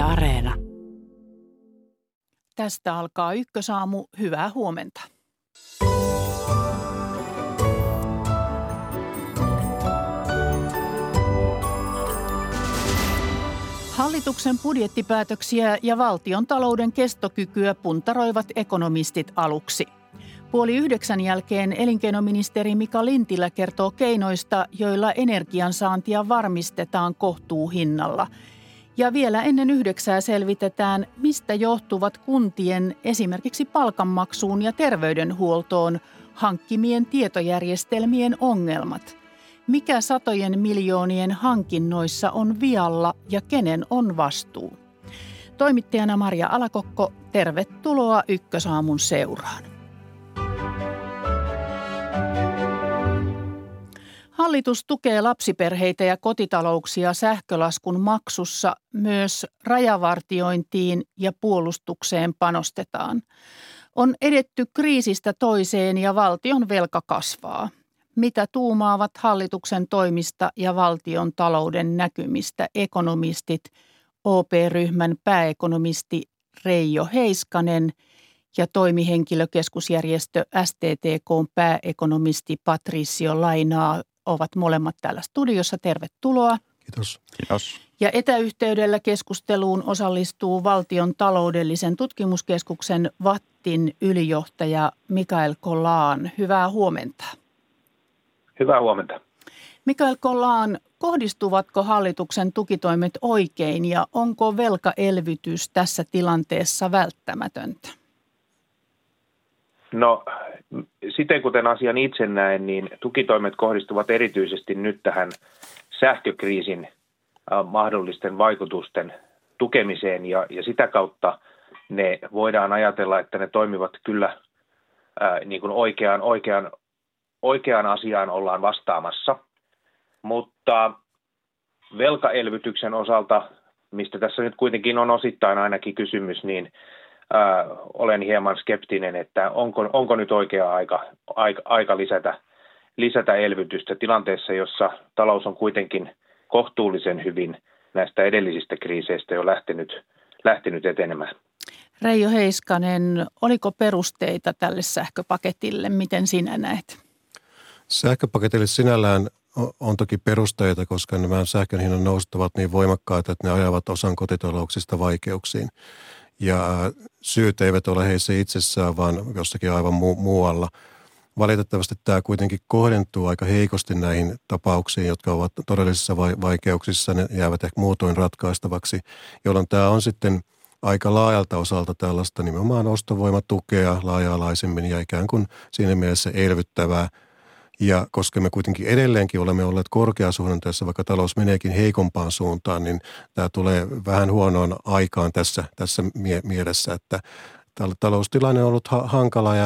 Areena. Tästä alkaa Ykkösaamu. Hyvää huomenta. Hallituksen budjettipäätöksiä ja valtion talouden kestokykyä puntaroivat ekonomistit aluksi. 8:30 jälkeen elinkeinoministeri Mika Lintilä kertoo keinoista, joilla energiansaantia varmistetaan kohtuuhinnalla. Ja vielä ennen 9 selvitetään, mistä johtuvat kuntien esimerkiksi palkanmaksuun ja terveydenhuoltoon hankkimien tietojärjestelmien ongelmat. Mikä satojen miljoonien hankinnoissa on vialla ja kenen on vastuu? Toimittajana Maria Alakokko, tervetuloa Ykkösaamun seuraan. Hallitus tukee lapsiperheitä ja kotitalouksia sähkölaskun maksussa, myös rajavartiointiin ja puolustukseen panostetaan. On edetty kriisistä toiseen ja valtion velka kasvaa. Mitä tuumaavat hallituksen toimista ja valtion talouden näkymistä ekonomistit, OP-ryhmän pääekonomisti Reijo Heiskanen ja toimihenkilökeskusjärjestö STTK:n pääekonomisti Patricio Lainaa ovat molemmat täällä studiossa. Tervetuloa. Kiitos. Kiitos. Ja etäyhteydellä keskusteluun osallistuu Valtion taloudellisen tutkimuskeskuksen VATTin ylijohtaja Mikael Collan. Hyvää huomenta. Hyvää huomenta. Mikael Collan, kohdistuvatko hallituksen tukitoimet oikein ja onko velkaelvytys tässä tilanteessa välttämätöntä? No, siten kuten asian itse näen, niin tukitoimet kohdistuvat erityisesti nyt tähän sähkökriisin mahdollisten vaikutusten tukemiseen ja sitä kautta ne voidaan ajatella, että ne toimivat kyllä niin kuin oikeaan asiaan ollaan vastaamassa, mutta velkaelvytyksen osalta, mistä tässä nyt kuitenkin on osittain ainakin kysymys, niin olen hieman skeptinen, että onko nyt oikea aika lisätä elvytystä tilanteessa, jossa talous on kuitenkin kohtuullisen hyvin näistä edellisistä kriiseistä jo lähtenyt etenemään. Reijo Heiskanen, oliko perusteita tälle sähköpaketille? Miten sinä näet? Sähköpaketille sinällään on toki perusteita, koska nämä sähkön hinnan nousut ovat niin voimakkaita, että ne ajavat osan kotitalouksista vaikeuksiin. Ja syyt eivät ole heissä itsessään, vaan jossakin aivan muualla. Valitettavasti tämä kuitenkin kohdentuu aika heikosti näihin tapauksiin, jotka ovat todellisissa vaikeuksissa. Ne jäävät ehkä muutoin ratkaistavaksi, jolloin tämä on sitten aika laajalta osalta tällaista nimenomaan ostovoimatukea laaja-alaisemmin ja ikään kuin siinä mielessä elvyttävää. Ja koska me kuitenkin edelleenkin olemme olleet korkeasuhdanteessa, vaikka talous meneekin heikompaan suuntaan, niin tämä tulee vähän huonoon aikaan tässä mielessä, että taloustilanne on ollut hankala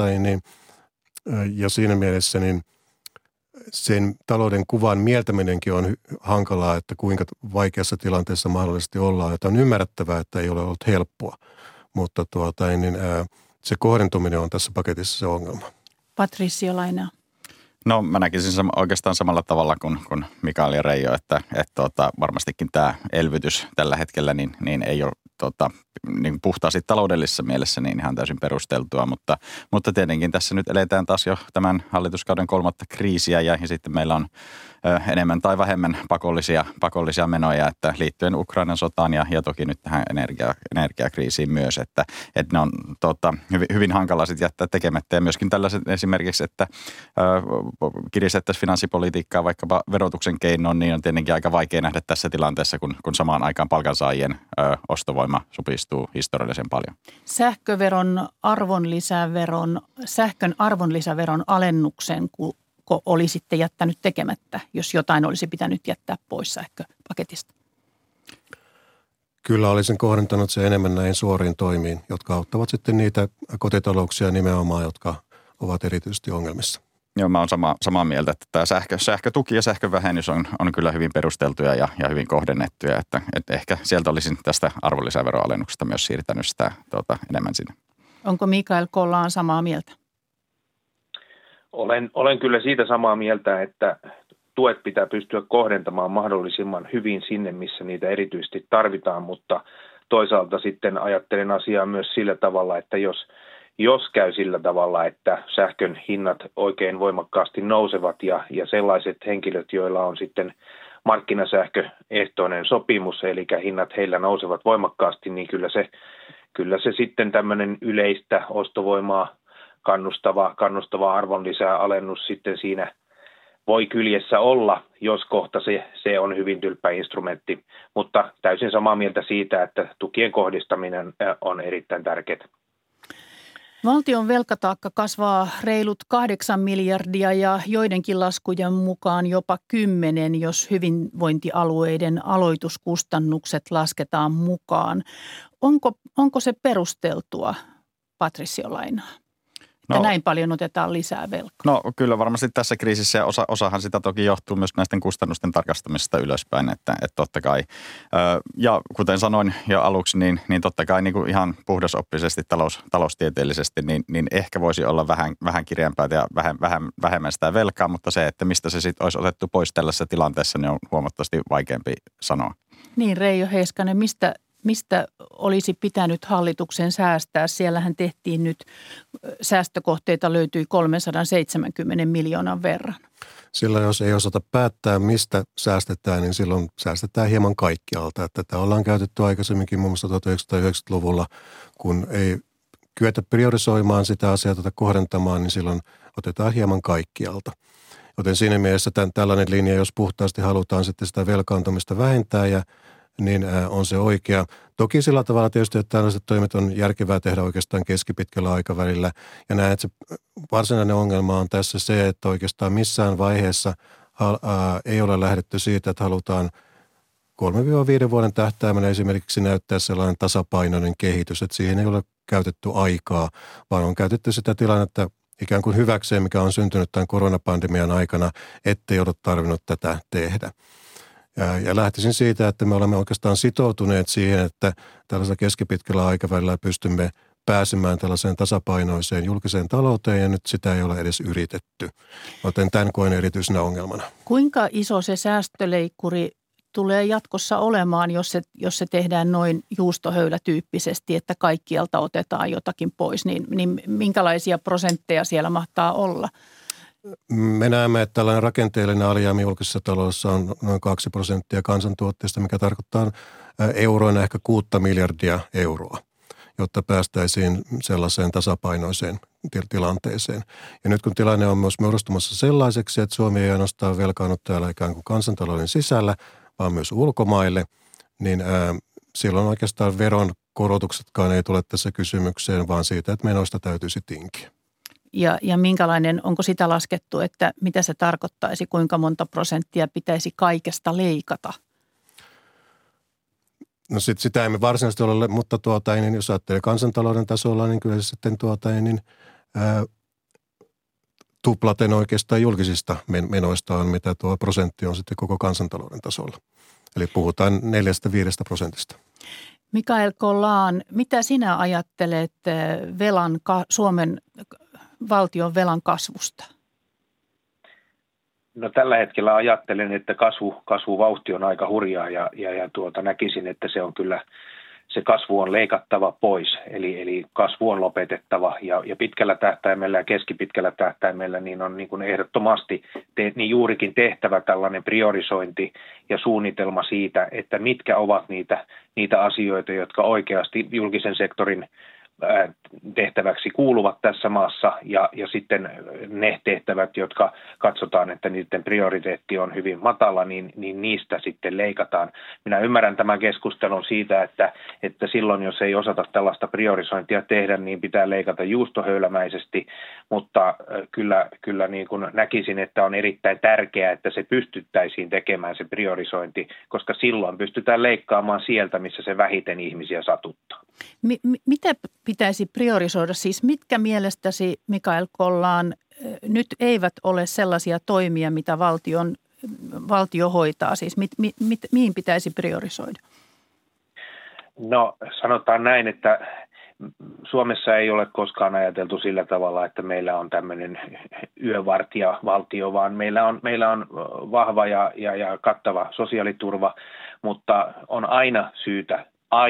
ja siinä mielessä niin sen talouden kuvan mieltäminenkin on hankalaa, että kuinka vaikeassa tilanteessa mahdollisesti ollaan. Että on ymmärrettävää, että ei ole ollut helppoa, mutta se kohdentuminen on tässä paketissa se ongelma. Patricio Lainaa. No mä näkisin oikeastaan samalla tavalla kuin Mikael ja Reijo, että varmastikin tämä elvytys tällä hetkellä niin ei ole niin puhtaasti taloudellisessa mielessä niin ihan täysin perusteltua, mutta tietenkin tässä nyt eletään taas jo tämän hallituskauden 3. kriisiä ja sitten meillä on enemmän tai vähemmän pakollisia menoja, että liittyen Ukrainan sotaan ja toki nyt tähän energiakriisiin myös, että ne on hyvin hankala sitten jättää tekemättä ja myöskin tällaiset esimerkiksi, että kiristettäisiin finanssipolitiikkaa vaikkapa verotuksen keinoin, niin on tietenkin aika vaikea nähdä tässä tilanteessa, kun samaan aikaan palkansaajien ostovoima supistuu historiallisen paljon. Sähkön arvonlisäveron alennuksen olisitte jättänyt tekemättä, jos jotain olisi pitänyt jättää pois sähköpaketista? Kyllä olisin kohdentanut se enemmän näihin suoriin toimiin, jotka auttavat sitten niitä kotitalouksia nimenomaan, jotka ovat erityisesti ongelmissa. Joo, mä oon samaa mieltä, että tämä sähkötuki ja sähkövähennys on kyllä hyvin perusteltuja ja hyvin kohdennettuja, että ehkä sieltä olisin tästä arvonlisäveroalennuksesta myös siirtänyt sitä enemmän sinne. Onko Mikael Collan samaa mieltä? Olen kyllä siitä samaa mieltä, että tuet pitää pystyä kohdentamaan mahdollisimman hyvin sinne, missä niitä erityisesti tarvitaan, mutta toisaalta sitten ajattelen asiaa myös sillä tavalla, että jos käy sillä tavalla, että sähkön hinnat oikein voimakkaasti nousevat ja sellaiset henkilöt, joilla on sitten markkinasähköehtoinen sopimus, eli hinnat heillä nousevat voimakkaasti, niin kyllä se sitten tämmöinen yleistä ostovoimaa kannustava arvonlisäalennus sitten siinä voi kyljessä olla, jos kohta se on hyvin tylppä instrumentti, mutta täysin samaa mieltä siitä, että tukien kohdistaminen on erittäin tärkeää. Valtion velkataakka kasvaa reilut 8 miljardia ja joidenkin laskujen mukaan jopa 10, jos hyvinvointialueiden aloituskustannukset lasketaan mukaan. Onko se perusteltua, Patricio Lainaa? Että näin paljon otetaan lisää velkaa? No kyllä varmasti tässä kriisissä ja osahan sitä toki johtuu myös näisten kustannusten tarkastamisesta ylöspäin, että totta kai. Ja kuten sanoin jo aluksi, niin totta kai niin kuin ihan puhdasoppisesti taloustieteellisesti, niin ehkä voisi olla vähän kireämpää ja vähemmän sitä velkaa, mutta se, että mistä se sitten olisi otettu pois tällaisessa tilanteessa, niin on huomattavasti vaikeampi sanoa. Niin, Reijo Heiskanen, mistä olisi pitänyt hallituksen säästää? Siellähän tehtiin nyt, säästökohteita löytyi 370 miljoonan verran. Silloin jos ei osata päättää, mistä säästetään, niin silloin säästetään hieman kaikkialta. Tätä ollaan käytetty aikaisemminkin muun muassa 1990-luvulla, kun ei kyetä priorisoimaan sitä asiaa, kohdentamaan, niin silloin otetaan hieman kaikkialta. Joten siinä mielessä tällainen linja, jos puhtaasti halutaan sitten sitä velkaantumista vähentää niin on se oikea. Toki sillä tavalla tietysti, että tällaiset toimet on järkevää tehdä oikeastaan keskipitkällä aikavälillä. Ja näen, että se varsinainen ongelma on tässä se, että oikeastaan missään vaiheessa ei ole lähdetty siitä, että halutaan 3-5 vuoden tähtäimellä esimerkiksi näyttää sellainen tasapainoinen kehitys, että siihen ei ole käytetty aikaa, vaan on käytetty sitä tilannetta ikään kuin hyväkseen, mikä on syntynyt tämän koronapandemian aikana, ettei ole tarvinnut tätä tehdä. Ja lähtisin siitä, että me olemme oikeastaan sitoutuneet siihen, että tällaisella keskipitkällä aikavälillä pystymme pääsemään tällaiseen tasapainoiseen julkiseen talouteen ja nyt sitä ei ole edes yritetty. Joten tämän koen erityisenä ongelmana. Kuinka iso se säästöleikkuri tulee jatkossa olemaan, jos se tehdään noin juustohöylätyyppisesti, että kaikkialta otetaan jotakin pois, niin minkälaisia prosentteja siellä mahtaa olla? Me näemme, että tällainen rakenteellinen alijäämä julkisessa taloudessa on noin 2% kansantuotteesta, mikä tarkoittaa euroina ehkä 6 miljardia euroa, jotta päästäisiin sellaiseen tasapainoiseen tilanteeseen. Ja nyt kun tilanne on myös muodostumassa sellaiseksi, että Suomi ei ainoastaan velkaannut täällä ikään kuin kansantalouden sisällä, vaan myös ulkomaille, niin silloin oikeastaan veron korotuksetkaan ei tule tässä kysymykseen, vaan siitä, että menoista täytyisi tinkiä. Ja minkälainen, onko sitä laskettu, että mitä se tarkoittaisi, kuinka monta prosenttia pitäisi kaikesta leikata? No sitä emme varsinaisesti ole, mutta niin jos ajattelee kansantalouden tasolla, niin kyllä se sitten tuplaten oikeastaan julkisista menoista on, mitä tuo prosentti on sitten koko kansantalouden tasolla. Eli puhutaan 4-5%. Mikael Collan, mitä sinä ajattelet Suomen valtion velan kasvusta? No tällä hetkellä ajattelen, että kasvuvauhti on aika hurjaa ja näkisin, että se on kyllä, se kasvu on leikattava pois, eli kasvu on lopetettava ja pitkällä tähtäimellä ja keskipitkällä tähtäimellä niin on niin kuin ehdottomasti niin juurikin tehtävä tällainen priorisointi ja suunnitelma siitä, että mitkä ovat niitä asioita, jotka oikeasti julkisen sektorin tehtäväksi kuuluvat tässä maassa ja sitten ne tehtävät, jotka katsotaan, että niiden prioriteetti on hyvin matala, niin niistä sitten leikataan. Minä ymmärrän tämän keskustelun siitä, että silloin jos ei osata tällaista priorisointia tehdä, niin pitää leikata juustohöylämäisesti, mutta kyllä niin kuin näkisin, että on erittäin tärkeää, että se pystyttäisiin tekemään se priorisointi, koska silloin pystytään leikkaamaan sieltä, missä se vähiten ihmisiä satuttaa. Mitä pitäisi priorisoida? Siis mitkä mielestäsi, Mikael Collan, nyt eivät ole sellaisia toimia, mitä valtio hoitaa? Siis mihin pitäisi priorisoida? No sanotaan näin, että Suomessa ei ole koskaan ajateltu sillä tavalla, että meillä on tämmöinen yövartijavaltio, vaan meillä on vahva ja kattava sosiaaliturva, mutta on aina syytä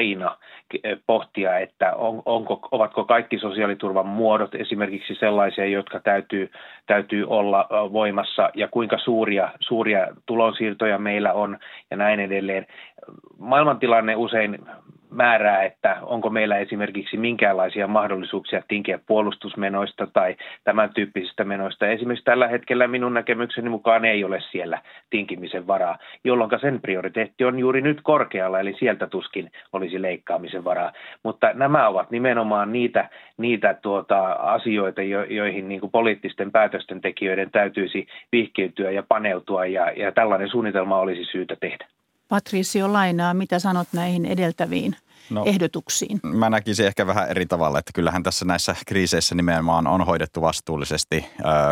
pohtia, että ovatko kaikki sosiaaliturvan muodot esimerkiksi sellaisia, jotka täytyy olla voimassa ja kuinka suuria tulonsiirtoja meillä on ja näin edelleen. Maailmantilanne usein määrää, että onko meillä esimerkiksi minkäänlaisia mahdollisuuksia tinkiä puolustusmenoista tai tämän tyyppisistä menoista. Esimerkiksi tällä hetkellä minun näkemykseni mukaan ei ole siellä tinkimisen varaa, jolloin sen prioriteetti on juuri nyt korkealla, eli sieltä tuskin olisi leikkaamisen varaa. Mutta nämä ovat nimenomaan niitä asioita, joihin niin kuin poliittisten päätösten tekijöiden täytyisi vihkiytyä ja paneutua, ja tällainen suunnitelma olisi syytä tehdä. Patricio Lainaa, mitä sanot näihin edeltäviin ehdotuksiin? Mä näkisin ehkä vähän eri tavalla, että kyllähän tässä näissä kriiseissä nimenomaan on hoidettu vastuullisesti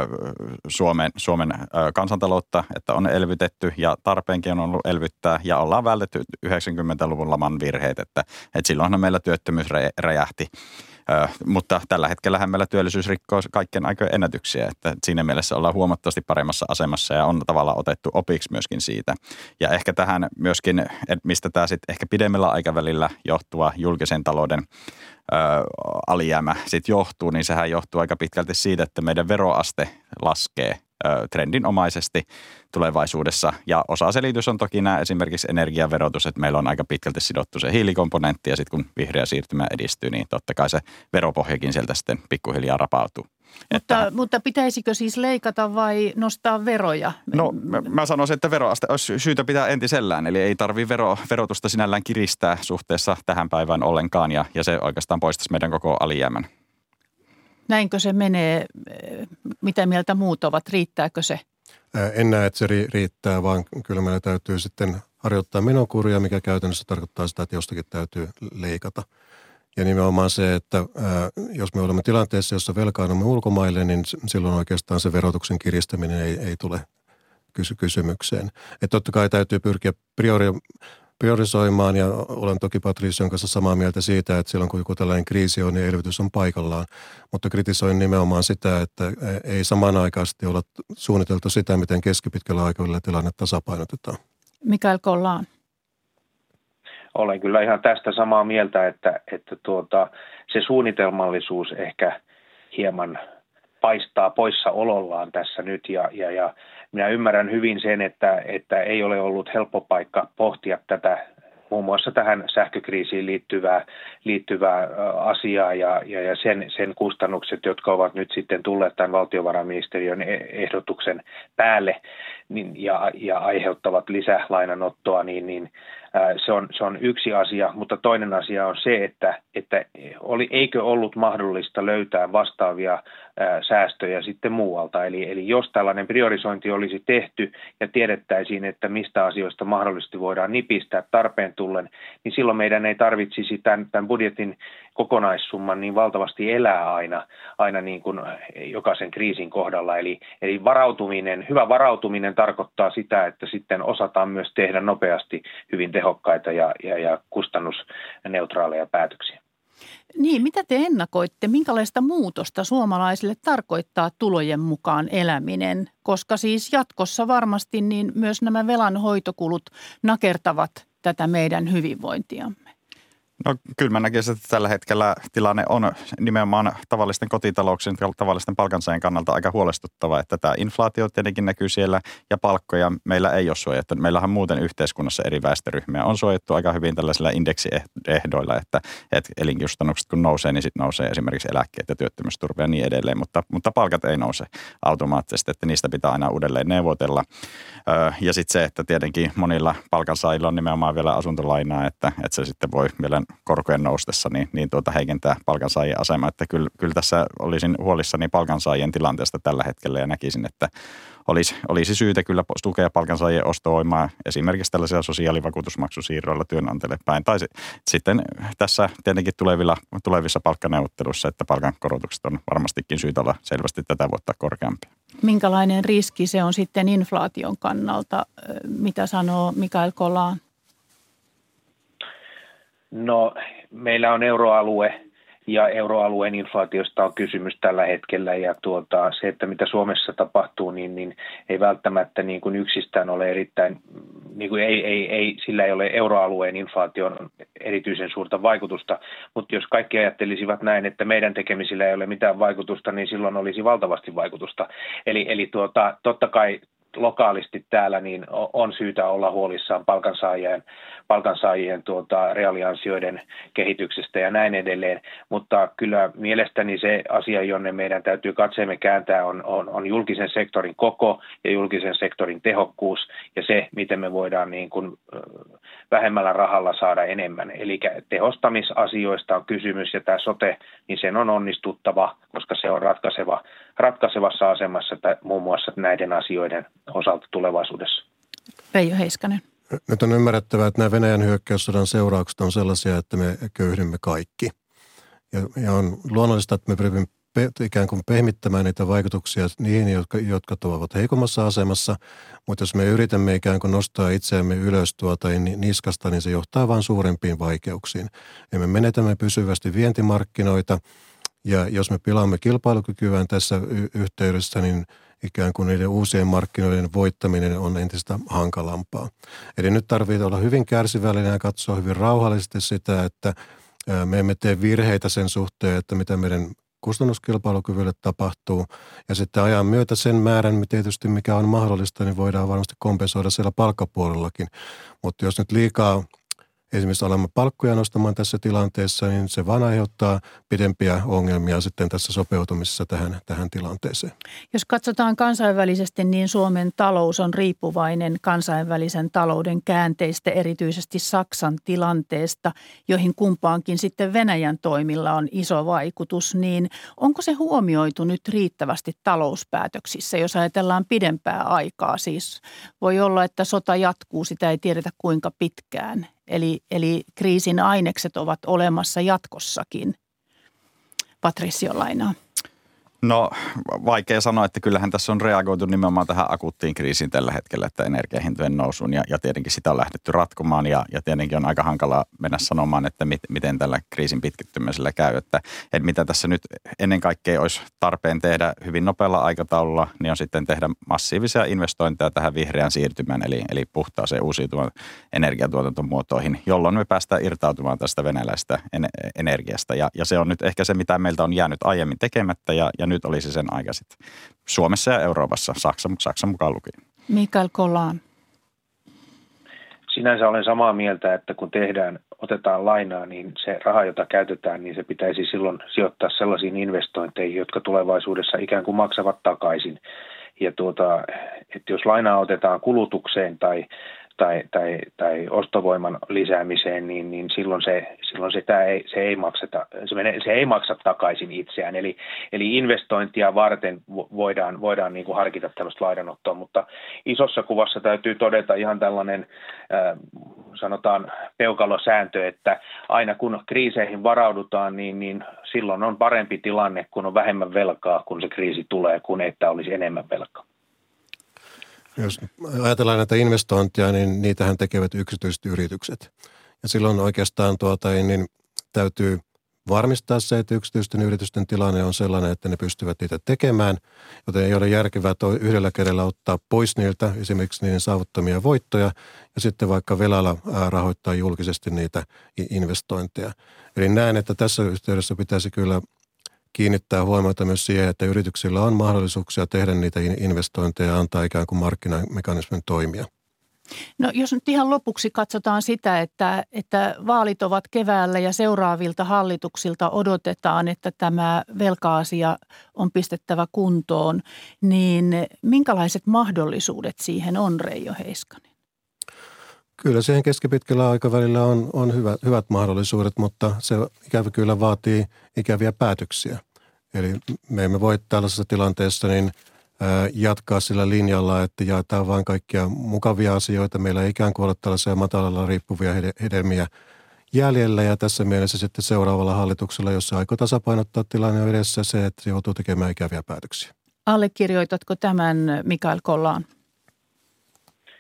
Suomen kansantaloutta, että on elvytetty ja tarpeenkin on ollut elvyttää ja ollaan vältetty 90-luvun laman virheet, että silloinhan meillä työttömyys räjähti. Mutta tällä hetkellähän meillä työllisyys rikkoo kaikkien aikojen ennätyksiä, että siinä mielessä ollaan huomattavasti paremmassa asemassa ja on tavallaan otettu opiksi myöskin siitä. Ja ehkä tähän myöskin, mistä tämä sitten ehkä pidemmällä aikavälillä johtuva julkisen talouden alijäämä sitten johtuu, niin sehän johtuu aika pitkälti siitä, että meidän veroaste laskee trendinomaisesti tulevaisuudessa. Ja osaselitys on toki nämä esimerkiksi energiaverotus, että meillä on aika pitkälti sidottu se hiilikomponentti ja sitten kun vihreä siirtymä edistyy, niin totta kai se veropohjakin sieltä sitten pikkuhiljaa rapautuu. Mutta pitäisikö siis leikata vai nostaa veroja? No mä sanoisin, että veroaste olisi syytä pitää entisellään, eli ei tarvitse verotusta sinällään kiristää suhteessa tähän päivään ollenkaan ja se oikeastaan poistaisi meidän koko alijäämän. Näinkö se menee? Mitä mieltä muut ovat? Riittääkö se? En näe, että se riittää, vaan kyllä meillä täytyy sitten harjoittaa menokuria, mikä käytännössä tarkoittaa sitä, että jostakin täytyy leikata. Ja nimenomaan se, että jos me olemme tilanteessa, jossa velkaannumme ulkomaille, niin silloin oikeastaan se verotuksen kiristäminen ei tule kysymykseen. Että totta kai täytyy pyrkiä priorisoimaan ja olen toki Patricion kanssa samaa mieltä siitä, että silloin kun joku tällainen kriisi on, niin elvytys on paikallaan. Mutta kritisoin nimenomaan sitä, että ei samanaikaisesti olla suunniteltu sitä, miten keskipitkällä aikavälillä tilanne tasapainotetaan. Mikael Collan. Olen kyllä ihan tästä samaa mieltä, että se suunnitelmallisuus ehkä hieman paistaa poissaolollaan tässä nyt ja minä ymmärrän hyvin sen, että ei ole ollut helppo paikka pohtia tätä muun muassa tähän sähkökriisiin liittyvää asiaa ja sen kustannukset, jotka ovat nyt sitten tulleet tämän valtiovarainministeriön ehdotuksen päälle ja aiheuttavat lisälainanottoa, niin se on yksi asia, mutta toinen asia on se, että eikö ollut mahdollista löytää vastaavia säästöjä sitten muualta. Eli jos tällainen priorisointi olisi tehty ja tiedettäisiin, että mistä asioista mahdollisesti voidaan nipistää tarpeen tullen, niin silloin meidän ei tarvitsisi tämän budjetin kokonaissumman niin valtavasti elää aina niin kuin jokaisen kriisin kohdalla. Eli hyvä varautuminen tarkoittaa sitä, että sitten osataan myös tehdä nopeasti hyvin tehokkaita ja kustannusneutraaleja päätöksiä. Niin, mitä te ennakoitte? Minkälaista muutosta suomalaisille tarkoittaa tulojen mukaan eläminen? Koska siis jatkossa varmasti niin myös nämä velanhoitokulut nakertavat tätä meidän hyvinvointiamme. No kyllä mä näkisin, että tällä hetkellä tilanne on nimenomaan tavallisten kotitalouksien, tavallisten palkansaajien kannalta aika huolestuttava, että tämä inflaatio tietenkin näkyy siellä ja palkkoja meillä ei ole suojattu. Meillähän muuten yhteiskunnassa eri väestöryhmiä on suojattu aika hyvin tällaisilla indeksiehdoilla, että elinkustannukset kun nousee, niin sitten nousee esimerkiksi eläkkeet ja työttömyysturva ja niin edelleen, mutta palkat ei nouse automaattisesti, että niistä pitää aina uudelleen neuvotella. Ja sitten se, että tietenkin monilla palkansaajilla on nimenomaan vielä asuntolainaa, että se sitten voi vielä korkojen noustessa niin heikentää palkansaajien asemaa. Että kyllä tässä olisin huolissani palkansaajien tilanteesta tällä hetkellä ja näkisin, että olisi syytä kyllä tukea palkansaajien ostovoimaa esimerkiksi tällaisilla sosiaalivakuutusmaksusiirroilla työnantajille päin. Tai sitten tässä tietenkin tulevissa palkkaneuvotteluissa, että palkankorotukset on varmastikin syytä olla selvästi tätä vuotta korkeampia. Minkälainen riski se on sitten inflaation kannalta? Mitä sanoo Mikael Collan? No, meillä on euroalue ja euroalueen inflaatiosta on kysymys tällä hetkellä ja se, että mitä Suomessa tapahtuu, niin ei välttämättä niin kuin yksistään ole erittäin, niin kuin sillä ei ole euroalueen inflaation erityisen suurta vaikutusta, mutta jos kaikki ajattelisivat näin, että meidän tekemisillä ei ole mitään vaikutusta, niin silloin olisi valtavasti vaikutusta. Eli totta kai lokaalisti täällä niin on syytä olla huolissaan palkansaajien reaaliansioiden kehityksestä ja näin edelleen, mutta kyllä mielestäni se asia, jonne meidän täytyy katseemme kääntää, on julkisen sektorin koko ja julkisen sektorin tehokkuus ja se, miten me voidaan niin kuin vähemmällä rahalla saada enemmän. Eli tehostamisasioista on kysymys ja tämä sote, niin sen on onnistuttava, koska se on ratkaisevassa asemassa muun muassa näiden asioiden osalta tulevaisuudessa. Reijo Heiskanen. Nyt on ymmärrettävää, että nämä Venäjän hyökkäyssodan seuraukset on sellaisia, että me köyhdymme kaikki. Ja on luonnollista, että me pyrimme ikään kuin pehmittämään niitä vaikutuksia niihin, jotka ovat heikommassa asemassa, mutta jos me yritämme ikään kuin nostaa itseämme ylös niskasta, niin se johtaa vain suurempiin vaikeuksiin. Ja me menetämme pysyvästi vientimarkkinoita, ja jos me pilaamme kilpailukykyään tässä yhteydessä, niin ikään kuin niiden uusien markkinoiden voittaminen on entistä hankalampaa. Eli nyt tarvitsee olla hyvin kärsivällinen ja katsoa hyvin rauhallisesti sitä, että me emme tee virheitä sen suhteen, että mitä meidän kustannuskilpailukyvylle tapahtuu. Ja sitten ajan myötä sen määrän, tietysti mikä on mahdollista, niin voidaan varmasti kompensoida siellä palkkapuolellakin. Mutta jos nyt liikaa esimerkiksi olemme palkkoja nostamaan tässä tilanteessa, niin se vaan aiheuttaa pidempiä ongelmia sitten tässä sopeutumisessa tähän tilanteeseen. Jos katsotaan kansainvälisesti, niin Suomen talous on riippuvainen kansainvälisen talouden käänteistä, erityisesti Saksan tilanteesta, joihin kumpaankin sitten Venäjän toimilla on iso vaikutus. Niin onko se huomioitu nyt riittävästi talouspäätöksissä, jos ajatellaan pidempää aikaa? Siis voi olla, että sota jatkuu, sitä ei tiedetä kuinka pitkään. Eli kriisin ainekset ovat olemassa jatkossakin. Patricio Lainaa. No vaikea sanoa, että kyllähän tässä on reagoitu nimenomaan tähän akuuttiin kriisiin tällä hetkellä, että energiahintojen nousuun ja tietenkin sitä on lähdetty ratkomaan ja tietenkin on aika hankalaa mennä sanomaan, että miten tällä kriisin pitkittymisellä käy, että mitä tässä nyt ennen kaikkea olisi tarpeen tehdä hyvin nopealla aikataululla, niin on sitten tehdä massiivisia investointeja tähän vihreään siirtymään, eli puhtaaseen uusiutuvan energiatuotantomuotoihin, jolloin me päästään irtautumaan tästä venäläisestä energiasta ja se on nyt ehkä se, mitä meiltä on jäänyt aiemmin tekemättä ja nyt olisi sen aika sitten Suomessa ja Euroopassa, Saksan mukaan lukien. Mikael Colin. Sinänsä olen samaa mieltä, että kun otetaan lainaa, niin se raha, jota käytetään, niin se pitäisi silloin sijoittaa sellaisiin investointeihin, jotka tulevaisuudessa ikään kuin maksavat takaisin. Ja että jos lainaa otetaan kulutukseen tai ostovoiman lisäämiseen, niin silloin se ei maksa takaisin itseään. Eli investointia varten voidaan niin kuin harkita tällaista lainanottoa, mutta isossa kuvassa täytyy todeta ihan tällainen sanotaan peukalosääntö, että aina kun kriiseihin varaudutaan, niin silloin on parempi tilanne, kun on vähemmän velkaa, kun se kriisi tulee, kun että olisi enemmän velkaa. Jos ajatellaan näitä investointeja, niin niitähän tekevät yksityiset yritykset. Ja silloin oikeastaan niin täytyy varmistaa se, että yksityisten yritysten tilanne on sellainen, että ne pystyvät niitä tekemään, joten ei ole järkevää yhdellä kädellä ottaa pois niiltä esimerkiksi niiden saavuttamia voittoja ja sitten vaikka velalla rahoittaa julkisesti niitä investointeja. Eli näen, että tässä yhteydessä pitäisi kyllä kiinnittää huomiota myös siihen, että yrityksillä on mahdollisuuksia tehdä niitä investointeja ja antaa ikään kuin markkinamekanismin toimia. No jos nyt ihan lopuksi katsotaan sitä, että vaalit ovat keväällä ja seuraavilta hallituksilta odotetaan, että tämä velka-asia on pistettävä kuntoon, niin minkälaiset mahdollisuudet siihen on, Reijo Heiskanen? Kyllä siihen keskipitkällä aikavälillä on hyvät mahdollisuudet, mutta se ikävä kyllä vaatii ikäviä päätöksiä. Eli me emme voi tällaisessa tilanteessa niin jatkaa sillä linjalla, että jaetaan vain kaikkia mukavia asioita. Meillä ei ikään kuin ole tällaisia matalalla riippuvia hedelmiä jäljellä ja tässä mielessä sitten seuraavalla hallituksella, jos se aikoo tasapainottaa tilanne on edessä se, että se joutuu tekemään ikäviä päätöksiä. Allekirjoitatko tämän, Mikael Colin?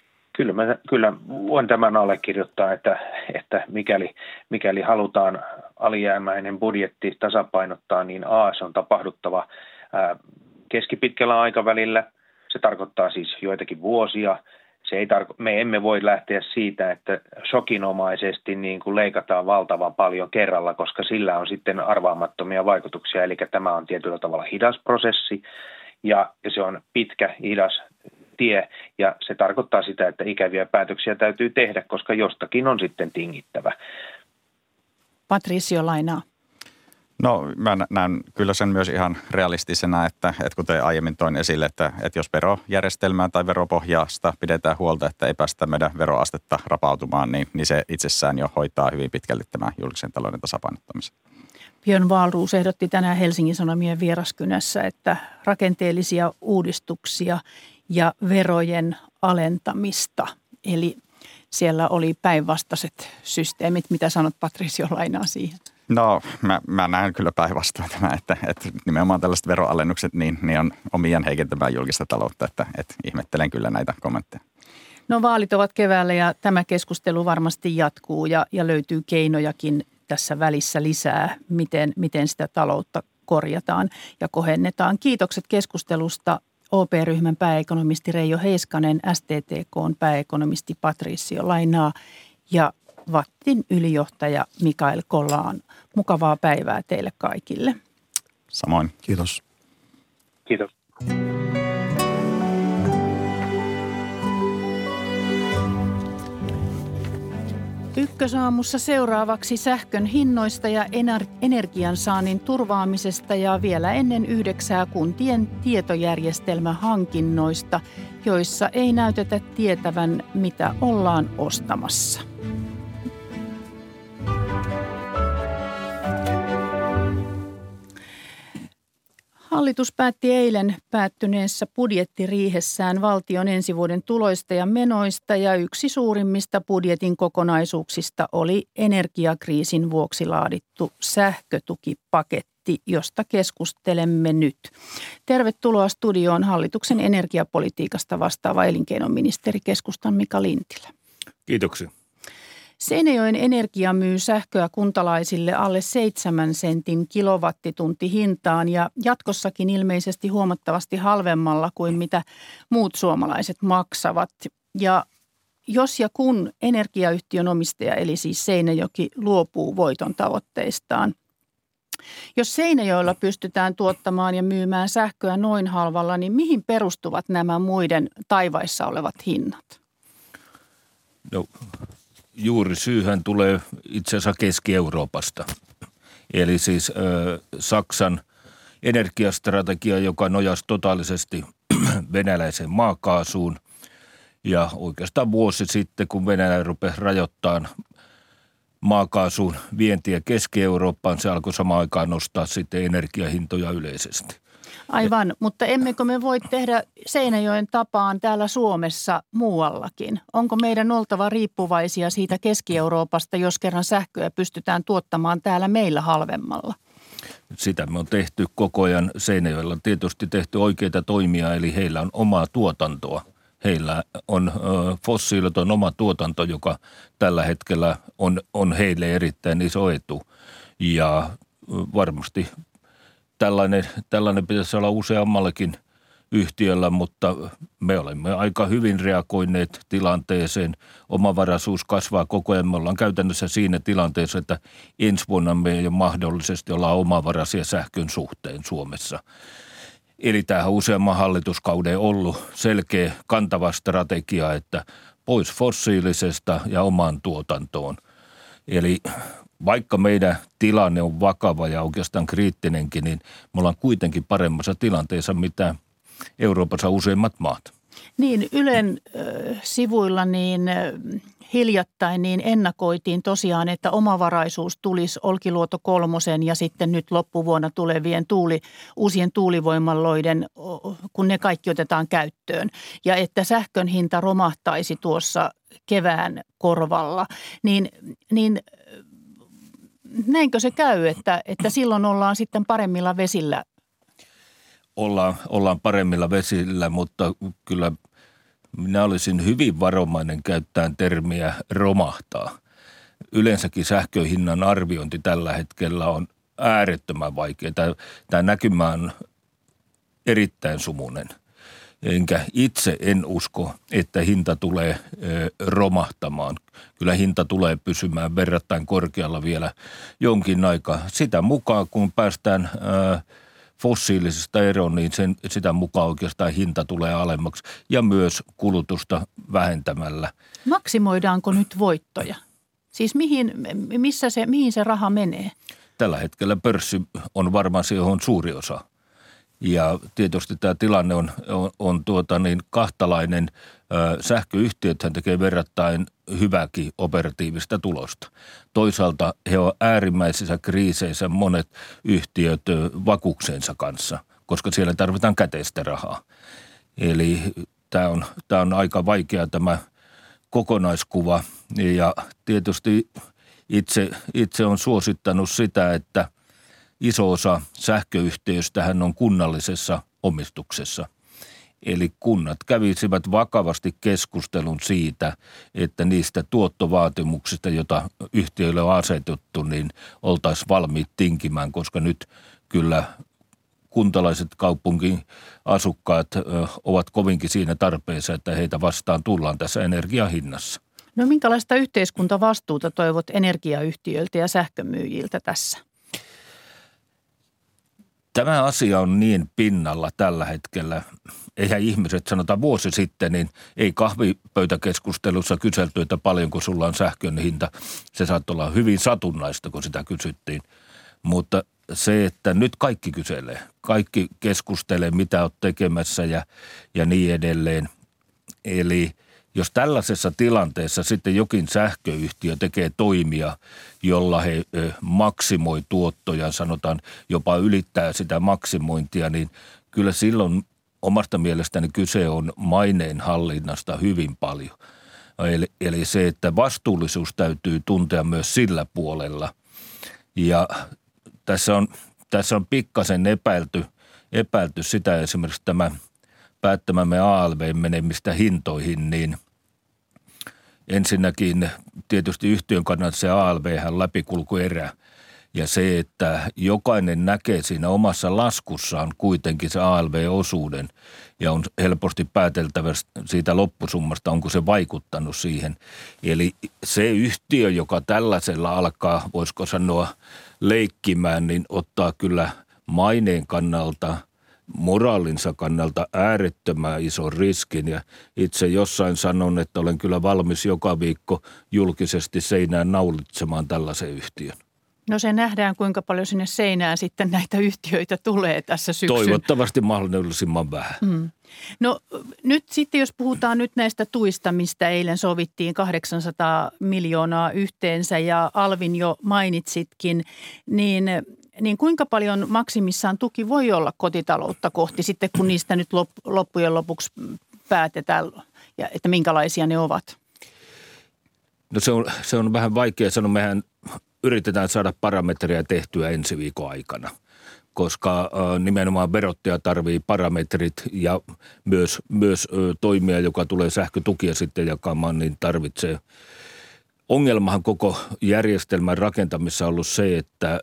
Kyllä voin tämän allekirjoittaa, että mikäli halutaan alijäämäinen budjetti tasapainottaa, niin se on tapahduttava keskipitkällä aikavälillä. Se tarkoittaa siis joitakin vuosia. Me emme voi lähteä siitä, että shokinomaisesti niin kuin leikataan valtavan paljon kerralla, koska sillä on sitten arvaamattomia vaikutuksia. Eli tämä on tietyllä tavalla hidas prosessi ja se on pitkä, hidas tie ja se tarkoittaa sitä, että ikäviä päätöksiä täytyy tehdä, koska jostakin on sitten tingittävä. Patricio Lainaa. No mä näen kyllä sen myös ihan realistisena, että kuten aiemmin toin esille, että jos verojärjestelmää tai veropohjasta pidetään huolta, että ei päästä meidän veroastetta rapautumaan, niin se itsessään jo hoitaa hyvin pitkälti tämän julkisen talouden tasapainottamisen. Björn Wahlroos ehdotti tänään Helsingin Sanomien Vieraskynässä, että rakenteellisia uudistuksia ja verojen alentamista, eli siellä oli päinvastaiset systeemit. Mitä sanot, Patricio Lainaa siihen? No mä näen kyllä päinvastoin tämä, että nimenomaan tällaiset veroalennukset niin on omiaan heikentämään julkista taloutta, että ihmettelen kyllä näitä kommentteja. No vaalit ovat keväällä ja tämä keskustelu varmasti jatkuu ja löytyy keinojakin tässä välissä lisää, miten sitä taloutta korjataan ja kohennetaan. Kiitokset keskustelusta OP-ryhmän pääekonomisti Reijo Heiskanen, STTK:n pääekonomisti Patricio Lainaa ja VATTin ylijohtaja Mikael Kollaan. Mukavaa päivää teille kaikille. Samoin. Kiitos. Kiitos. Ykkösaamussa seuraavaksi sähkön hinnoista ja energiansaannin turvaamisesta ja vielä ennen 9 kuntien tietojärjestelmähankinnoista, joissa ei näytetä tietävän, mitä ollaan ostamassa. Hallitus päätti eilen päättyneessä budjettiriihessään valtion ensi vuoden tuloista ja menoista ja yksi suurimmista budjetin kokonaisuuksista oli energiakriisin vuoksi laadittu sähkötukipaketti, josta keskustelemme nyt. Tervetuloa studioon hallituksen energiapolitiikasta vastaava elinkeinoministeri keskustan Mika Lintilä. Kiitoksia. Seinäjoen Energia myy sähköä kuntalaisille alle 7 sentin kilowattitunti hintaan ja jatkossakin ilmeisesti huomattavasti halvemmalla kuin mitä muut suomalaiset maksavat. Ja jos ja kun energiayhtiön omistaja eli siis Seinäjoki luopuu voiton tavoitteistaan, jos Seinäjoella pystytään tuottamaan ja myymään sähköä noin halvalla, niin mihin perustuvat nämä muiden taivaissa olevat hinnat? No. Juuri syyhän tulee itse asiassa Keski-Euroopasta. Eli siis Saksan energiastrategia, joka nojasi totaalisesti venäläiseen maakaasuun. Ja oikeastaan vuosi sitten, kun Venäjä rupesi rajoittamaan maakaasun vientiä Keski-Eurooppaan, se alkoi samaan aikaan nostaa sitten energiahintoja yleisesti. Aivan, mutta emmekö me voi tehdä Seinäjoen tapaan täällä Suomessa muuallakin? Onko meidän oltava riippuvaisia siitä Keski-Euroopasta, jos kerran sähköä pystytään tuottamaan täällä meillä halvemmalla? Sitä me on tehty koko ajan. Seinäjoella on tietysti tehty oikeita toimia, eli heillä on omaa tuotantoa. Heillä on fossiiliton oma tuotanto, joka tällä hetkellä on heille erittäin iso etu. Ja varmasti tällainen pitäisi olla useammallakin yhtiöllä, mutta me olemme aika hyvin reagoineet tilanteeseen. Omavaraisuus kasvaa koko ajan. Me ollaan käytännössä siinä tilanteessa, että ensi vuonna me jo mahdollisesti ollaan omavaraisia sähkön suhteen Suomessa. Eli tämähän useamman hallituskauden ollut selkeä kantava strategia, että pois fossiilisesta ja omaan tuotantoon. Eli vaikka meidän tilanne on vakava ja oikeastaan kriittinenkin, niin me ollaan kuitenkin paremmassa tilanteessa, mitä Euroopassa useimmat maat. Niin, Ylen sivuilla niin hiljattain niin ennakoitiin tosiaan, että omavaraisuus tulisi Olkiluoto 3 ja sitten nyt loppuvuonna tulevien uusien tuulivoimaloiden, kun ne kaikki otetaan käyttöön. Ja että sähkön hinta romahtaisi tuossa kevään korvalla, niin näinkö se käy, että silloin ollaan sitten paremmilla vesillä? Ollaan paremmilla vesillä, mutta kyllä minä olisin hyvin varovainen käyttämään termiä romahtaa. yleensäkin sähköhinnan arviointi tällä hetkellä on äärettömän vaikea. Tämä näkymä on erittäin sumuinen. Enkä itse en usko, että hinta tulee romahtamaan. Kyllä hinta tulee pysymään verrattain korkealla vielä jonkin aikaa. Sitä mukaan, kun päästään fossiilisista eroon, niin sitä mukaan oikeastaan hinta tulee alemmaksi ja myös kulutusta vähentämällä. Maksimoidaanko nyt voittoja? Siis mihin se raha menee? Tällä hetkellä pörssi on varmaan siihen suuri osa. Ja tietysti tämä tilanne on kahtalainen. Sähköyhtiöthän tekee verrattain hyväkin operatiivista tulosta. Toisaalta he ovat äärimmäisissä kriiseissä monet yhtiöt vakuuksensa kanssa, koska siellä tarvitaan käteistä rahaa. Eli tämä on aika vaikea tämä kokonaiskuva ja tietysti itse on suosittanut sitä, että iso osa sähköyhtiöistähän on kunnallisessa omistuksessa. Eli kunnat kävisivät vakavasti keskustelun siitä, että niistä tuottovaatimuksista, joita yhtiöille on asetettu, niin oltaisiin valmiit tinkimään, koska nyt kyllä kuntalaiset kaupungin asukkaat ovat kovinkin siinä tarpeessa, että heitä vastaan tullaan tässä energiahinnassa. No minkälaista yhteiskuntavastuuta toivot energiayhtiöiltä ja sähkömyyjiltä tässä? Tämä asia on niin pinnalla tällä hetkellä. Eihän ihmiset, sanotaan vuosi sitten, niin ei kahvipöytäkeskustelussa kyselty, että paljonko sulla on sähkön hinta. Se saattoi olla hyvin satunnaista, kun sitä kysyttiin. Mutta se, että nyt kaikki kyselee, kaikki keskustelee, mitä olet tekemässä ja niin edelleen. Eli jos tällaisessa tilanteessa sitten jokin sähköyhtiö tekee toimia, jolla he maksimoi tuottoja, sanotaan jopa ylittää sitä maksimointia, niin kyllä silloin omasta mielestäni kyse on maineen hallinnasta hyvin paljon. Eli se, että vastuullisuus täytyy tuntea myös sillä puolella. Ja tässä on pikkasen epäilty sitä esimerkiksi tämä päättämämme ALV-menemistä hintoihin, niin ensinnäkin tietysti yhtiön kannalta se ALV-hän läpikulkuerä ja se, että jokainen näkee siinä omassa laskussaan kuitenkin se ALV-osuuden ja on helposti pääteltävä siitä loppusummasta, onko se vaikuttanut siihen. Eli se yhtiö, joka tällaisella alkaa, voisiko sanoa, leikkimään, niin ottaa kyllä maineen kannalta, moraalinsa kannalta äärettömän ison riskin ja itse jossain sanon, että olen kyllä valmis joka viikko julkisesti seinään naulitsemaan tällaisen yhtiön. No se nähdään, kuinka paljon sinne seinään sitten näitä yhtiöitä tulee tässä syksyn. Toivottavasti mahdollisimman vähän. No nyt sitten, jos puhutaan nyt näistä tuista, mistä eilen sovittiin 800 miljoonaa yhteensä ja Alvin jo mainitsitkin, niin kuinka paljon maksimissaan tuki voi olla kotitaloutta kohti sitten, kun niistä nyt loppujen lopuksi päätetään, ja että minkälaisia ne ovat? No se on vähän vaikea sanoa. Mehän yritetään saada parametreja tehtyä ensi viikon aikana, koska nimenomaan verottaja tarvii parametrit ja myös toimija, joka tulee sähkötukia sitten jakamaan, niin tarvitsee. Ongelmahan koko järjestelmän rakentamissa on ollut se, että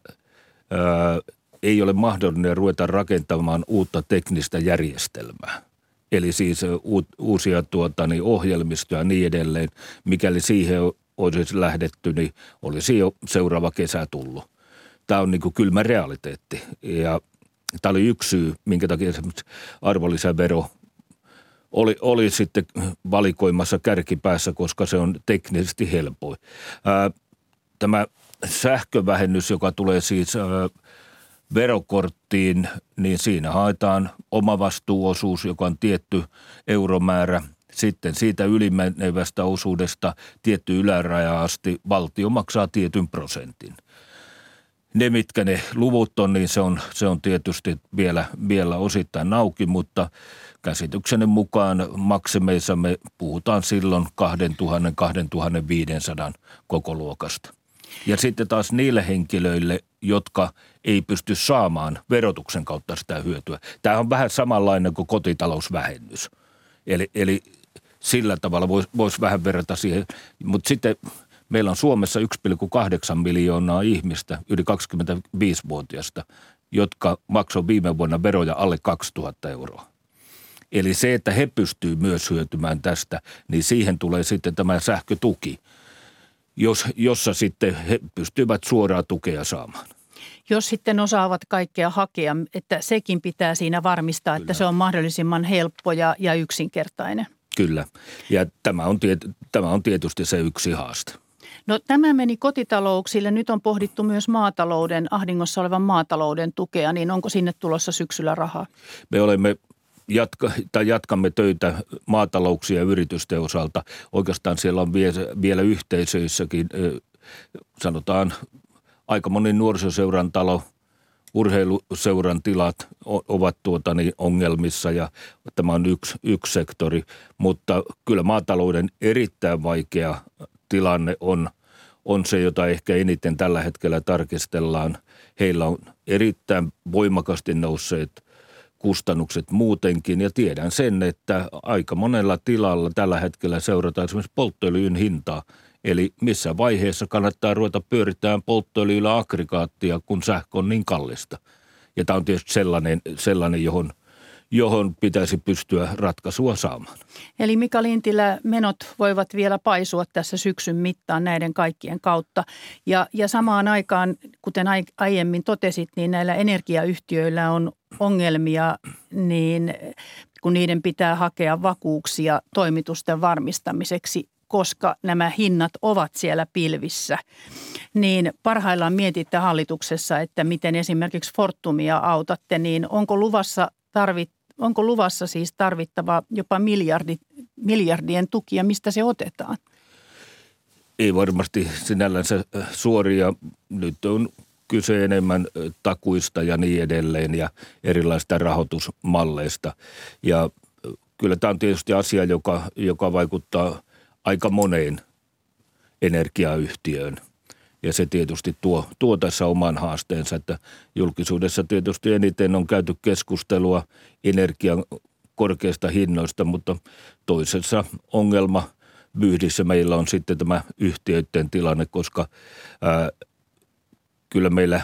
ei ole mahdollinen ruveta rakentamaan uutta teknistä järjestelmää. Eli siis uusia ohjelmistoja ja niin edelleen. Mikäli siihen olisi lähdetty, niin olisi jo seuraava kesä tullut. Tämä on niin kuin kylmä realiteetti. Ja tämä oli yksi syy, minkä takia esimerkiksi arvonlisävero oli sitten valikoimassa kärkipäässä, koska se on teknisesti helpoin. Tämä sähkövähennys, joka tulee siis verokorttiin, niin siinä haetaan omavastuuosuus, joka on tietty euromäärä. Sitten siitä ylimenevästä osuudesta tietty yläraja asti valtio maksaa tietyn prosentin. Ne, mitkä ne luvut on, niin se on tietysti vielä osittain auki, mutta käsitykseni mukaan maksimeissa me puhutaan silloin 2000-2500 kokoluokasta. Ja sitten taas niille henkilöille, jotka ei pysty saamaan verotuksen kautta sitä hyötyä. Tämä on vähän samanlainen kuin kotitalousvähennys. Eli sillä tavalla voisi vähän verrata siihen. Mutta sitten Meillä on Suomessa 1,8 miljoonaa ihmistä, yli 25-vuotiaista, jotka maksoivat viime vuonna veroja alle 2000 euroa. Eli se, että he pystyvät myös hyötymään tästä, niin siihen tulee sitten tämä sähkötuki, jossa sitten he pystyvät suoraa tukea saamaan. Jos sitten osaavat kaikkea hakea, että sekin pitää siinä varmistaa, että se on mahdollisimman helppo ja yksinkertainen. Kyllä, ja tämä on tietysti se yksi haaste. No tämä meni kotitalouksille. Nyt on pohdittu myös ahdingossa olevan maatalouden tukea, niin onko sinne tulossa syksyllä rahaa? Me jatkamme töitä maatalouksia ja yritysten osalta. Oikeastaan siellä on vielä yhteisöissäkin, sanotaan aika moni nuorisoseuran talo, urheiluseuran tilat ovat ongelmissa ja tämä on yksi sektori, mutta kyllä maatalouden erittäin vaikea tilanne on se, jota ehkä eniten tällä hetkellä tarkistellaan. Heillä on erittäin voimakkaasti nousseet kustannukset muutenkin ja tiedän sen, että aika monella tilalla tällä hetkellä seurataan esimerkiksi polttoöljyn hintaa. Eli missä vaiheessa kannattaa ruveta pyörittämään polttoöljyllä aggregaattia, kun sähkö on niin kallista. Ja tämä on tietysti sellainen johon pitäisi pystyä ratkaisua saamaan. Eli Mika Lintilä, menot voivat vielä paisua tässä syksyn mittaan näiden kaikkien kautta. Ja samaan aikaan, kuten aiemmin totesit, niin näillä energiayhtiöillä on ongelmia, niin kun niiden pitää hakea vakuuksia toimitusten varmistamiseksi, koska nämä hinnat ovat siellä pilvissä, niin parhaillaan mietitte hallituksessa, että miten esimerkiksi Fortumia autatte, niin onko luvassa siis tarvittava jopa miljardien tukia, mistä se otetaan? Ei varmasti sinällänsä suoria. Nyt on kyse enemmän takuista ja niin edelleen ja erilaisista rahoitusmalleista. Ja kyllä tämä on tietysti asia, joka vaikuttaa aika moneen energiayhtiöön. Ja se tietysti tuo tässä oman haasteensa, että julkisuudessa tietysti eniten on käyty keskustelua energian korkeista hinnoista, mutta toisessa ongelmavyyhdissä meillä on sitten tämä yhtiöiden tilanne, koska kyllä meillä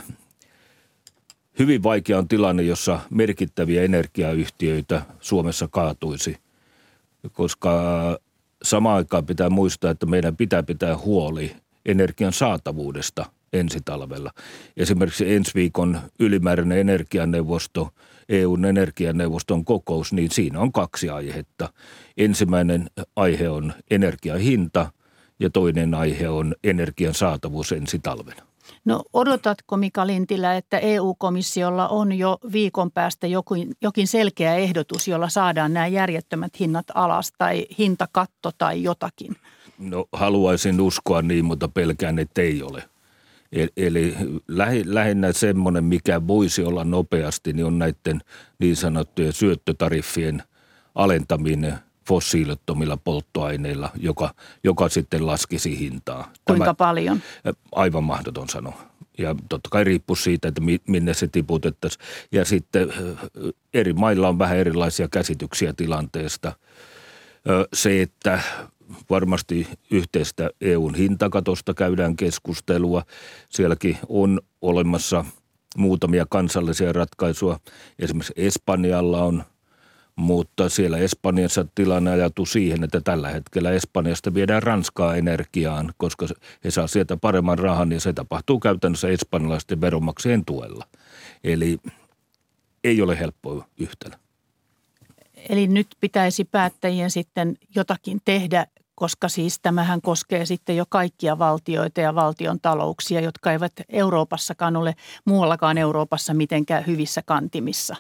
hyvin vaikea on tilanne, jossa merkittäviä energiayhtiöitä Suomessa kaatuisi, koska samaan aikaan pitää muistaa, että meidän pitää huoli energian saatavuudesta ensi talvella. Esimerkiksi ensi viikon ylimääräinen energianeuvosto, EUn energianeuvoston kokous, niin siinä on 2 aihetta. Ensimmäinen aihe on energian hinta ja toinen aihe on energian saatavuus ensi talvena. No odotatko Mika Lintilä, että EU-komissiolla on jo viikon päästä jokin selkeä ehdotus, jolla saadaan nämä järjettömät hinnat alas tai hintakatto tai jotakin? No haluaisin uskoa niin, mutta pelkään, että ei ole. Eli lähinnä semmoinen, mikä voisi olla nopeasti, niin on näiden niin sanottujen syöttötariffien alentaminen fossiilittomilla polttoaineilla, joka sitten laskisi hintaa. Kuinka paljon? Aivan mahdoton sanoa. Ja totta kai riippuu siitä, että minne se tiputettaisiin. Ja sitten eri mailla on vähän erilaisia käsityksiä tilanteesta. Se, että varmasti yhteistä EUn hintakatosta käydään keskustelua. Sielläkin on olemassa muutamia kansallisia ratkaisuja. Esimerkiksi Espanjalla on, mutta siellä Espanjassa tilanne ajatuu siihen, että tällä hetkellä Espanjasta viedään Ranskaa energiaan, koska he saa sieltä paremman rahan ja se tapahtuu käytännössä espanjalaisten veronmaksajien tuella. Eli ei ole helppoa yhtälö. Eli nyt pitäisi päättäjien sitten jotakin tehdä, koska siis tämähän koskee sitten jo kaikkia valtioita ja valtion talouksia, jotka eivät Euroopassakaan ole, muuallakaan Euroopassa mitenkään hyvissä kantimissa.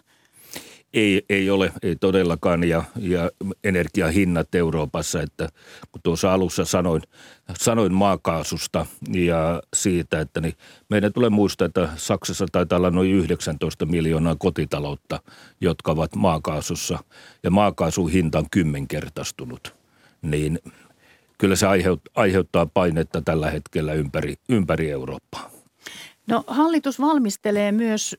Ei ole, ei todellakaan ja energiahinnat Euroopassa, että kun tuossa alussa sanoin maakaasusta ja siitä, että niin meidän tulee muistaa, että Saksassa taitaa olla noin 19 miljoonaa kotitaloutta, jotka ovat maakaasussa ja maakaasun hinta on 10-kertaistunut, niin kyllä se aiheuttaa painetta tällä hetkellä ympäri Eurooppaa. No hallitus valmistelee myös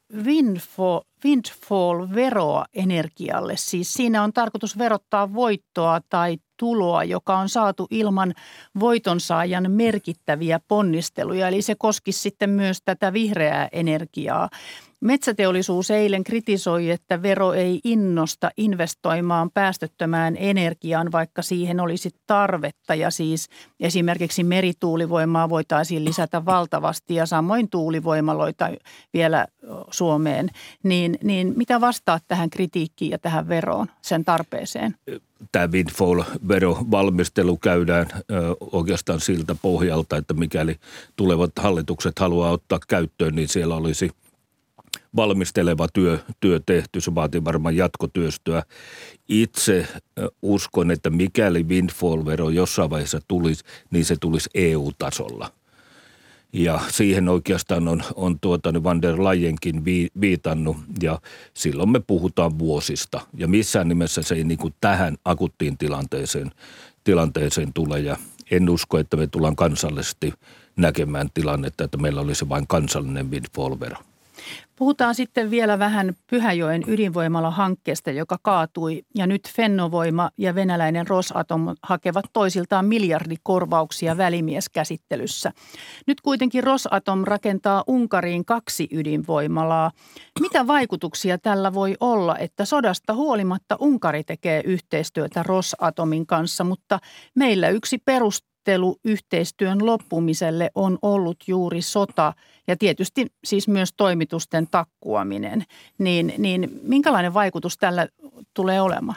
windfall-veroa energialle. Siis siinä on tarkoitus verottaa voittoa tai tuloa, joka on saatu ilman voitonsaajan merkittäviä ponnisteluja. Eli se koskisi sitten myös tätä vihreää energiaa. Metsäteollisuus eilen kritisoi, että vero ei innosta investoimaan päästöttömään energiaan, vaikka siihen olisi tarvetta. Ja siis esimerkiksi merituulivoimaa voitaisiin lisätä valtavasti ja samoin tuulivoimaloita vielä Suomeen. Niin mitä vastaat tähän kritiikkiin ja tähän veroon, sen tarpeeseen? Tämä windfall-verovalmistelu käydään oikeastaan siltä pohjalta, että mikäli tulevat hallitukset haluaa ottaa käyttöön, niin siellä olisi valmisteleva työ tehty. Se vaatii varmaan jatkotyöstöä. Itse uskon, että mikäli windfall-vero jossain vaiheessa tulisi, niin se tulisi EU-tasolla. Ja siihen oikeastaan on Van der Leyenkin viitannut, ja silloin me puhutaan vuosista. Ja missään nimessä se ei niin kuin tähän akuttiin tilanteeseen tule, ja en usko, että me tullaan kansallisesti näkemään tilannetta, että meillä olisi vain kansallinen windfall-vero. Puhutaan sitten vielä vähän Pyhäjoen ydinvoimala-hankkeesta, joka kaatui, ja nyt Fennovoima ja venäläinen Rosatom hakevat toisiltaan miljardikorvauksia välimieskäsittelyssä. Nyt kuitenkin Rosatom rakentaa Unkariin 2 ydinvoimalaa. Mitä vaikutuksia tällä voi olla, että sodasta huolimatta Unkari tekee yhteistyötä Rosatomin kanssa, mutta meillä yksi yhteistyön loppumiselle on ollut juuri sota ja tietysti siis myös toimitusten takkuaminen. Niin minkälainen vaikutus tällä tulee olemaan?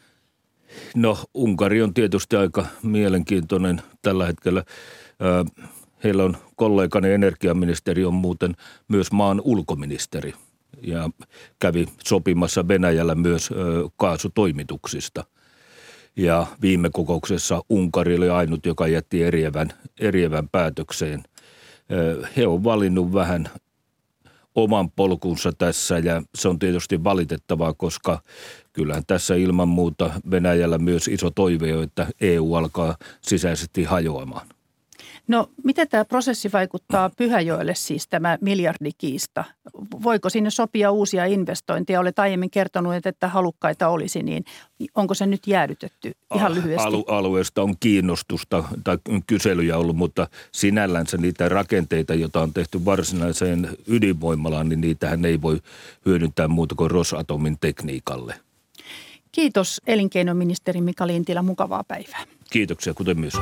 No Unkari on tietysti aika mielenkiintoinen tällä hetkellä. Heillä on kollegani energiaministeri on muuten myös maan ulkoministeri ja kävi sopimassa Venäjällä myös kaasutoimituksista. Ja viime kokouksessa Unkari oli ainut, joka jätti eriävän päätökseen. He on valinnut vähän oman polkunsa tässä ja se on tietysti valitettavaa, koska kyllähän tässä ilman muuta Venäjällä myös iso toive on, että EU alkaa sisäisesti hajoamaan. No miten tämä prosessi vaikuttaa Pyhäjoelle siis tämä miljardikiista? Voiko sinne sopia uusia investointeja? Olet aiemmin kertonut, että halukkaita olisi, niin onko se nyt jäädytetty ihan lyhyesti? Alueesta on kiinnostusta tai kyselyjä ollut, mutta sinällänsä niitä rakenteita, joita on tehty varsinaiseen ydinvoimalaan, niin niitähän ei voi hyödyntää muuta kuin Rosatomin tekniikalle. Kiitos elinkeinoministeri Mika Lintilä, mukavaa päivää. Kiitoksia, kuten myös.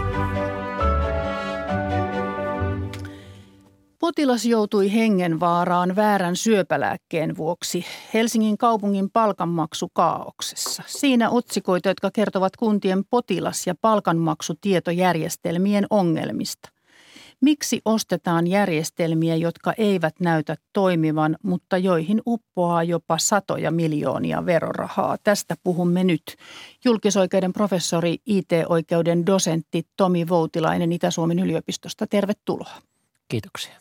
Potilas joutui hengenvaaraan väärän syöpälääkkeen vuoksi Helsingin kaupungin palkanmaksukaaoksessa. Siinä otsikoita, jotka kertovat kuntien potilas- ja palkanmaksutietojärjestelmien ongelmista. Miksi ostetaan järjestelmiä, jotka eivät näytä toimivan, mutta joihin uppoaa jopa satoja miljoonia verorahaa? Tästä puhumme nyt. Julkisoikeuden professori, IT-oikeuden dosentti Tomi Voutilainen Itä-Suomen yliopistosta. Tervetuloa. Kiitoksia.